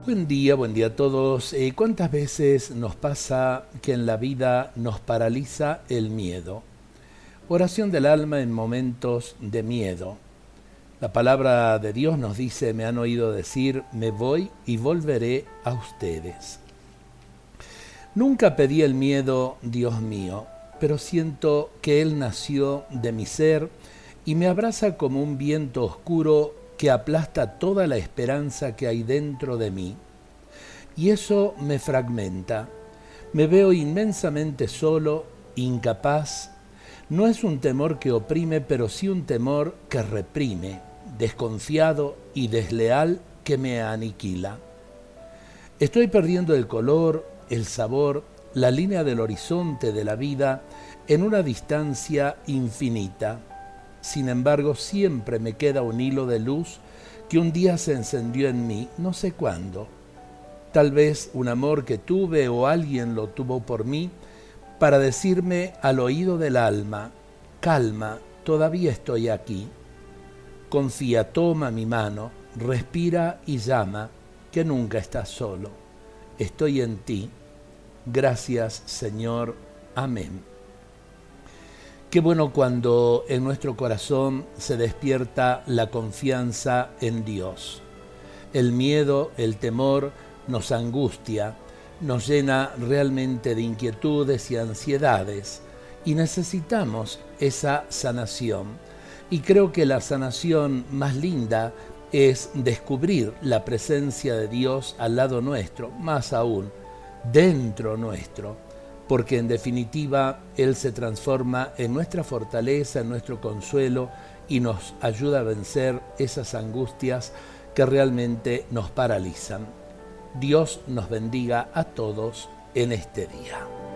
Buen día a todos. ¿Cuántas veces nos pasa que en la vida nos paraliza el miedo? Oración del alma en momentos de miedo. La palabra de Dios nos dice, me han oído decir, me voy y volveré a ustedes. Nunca pedí el miedo, Dios mío, pero siento que Él nació de mi ser y me abraza como un viento oscuro que aplasta toda la esperanza que hay dentro de mí. Y eso me fragmenta. Me veo inmensamente solo, incapaz. No es un temor que oprime, pero sí un temor que reprime, desconfiado y desleal que me aniquila. Estoy perdiendo el color, el sabor, la línea del horizonte de la vida en una distancia infinita. Sin embargo, siempre me queda un hilo de luz que un día se encendió en mí, no sé cuándo. Tal vez un amor que tuve o alguien lo tuvo por mí para decirme al oído del alma, calma, todavía estoy aquí. Confía, toma mi mano, respira y llama, que nunca estás solo. Estoy en ti. Gracias, Señor. Amén. Qué bueno cuando en nuestro corazón se despierta la confianza en Dios. El miedo, el temor nos angustia, nos llena realmente de inquietudes y ansiedades y necesitamos esa sanación. Y creo que la sanación más linda es descubrir la presencia de Dios al lado nuestro, más aún, dentro nuestro. Porque en definitiva Él se transforma en nuestra fortaleza, en nuestro consuelo y nos ayuda a vencer esas angustias que realmente nos paralizan. Dios nos bendiga a todos en este día.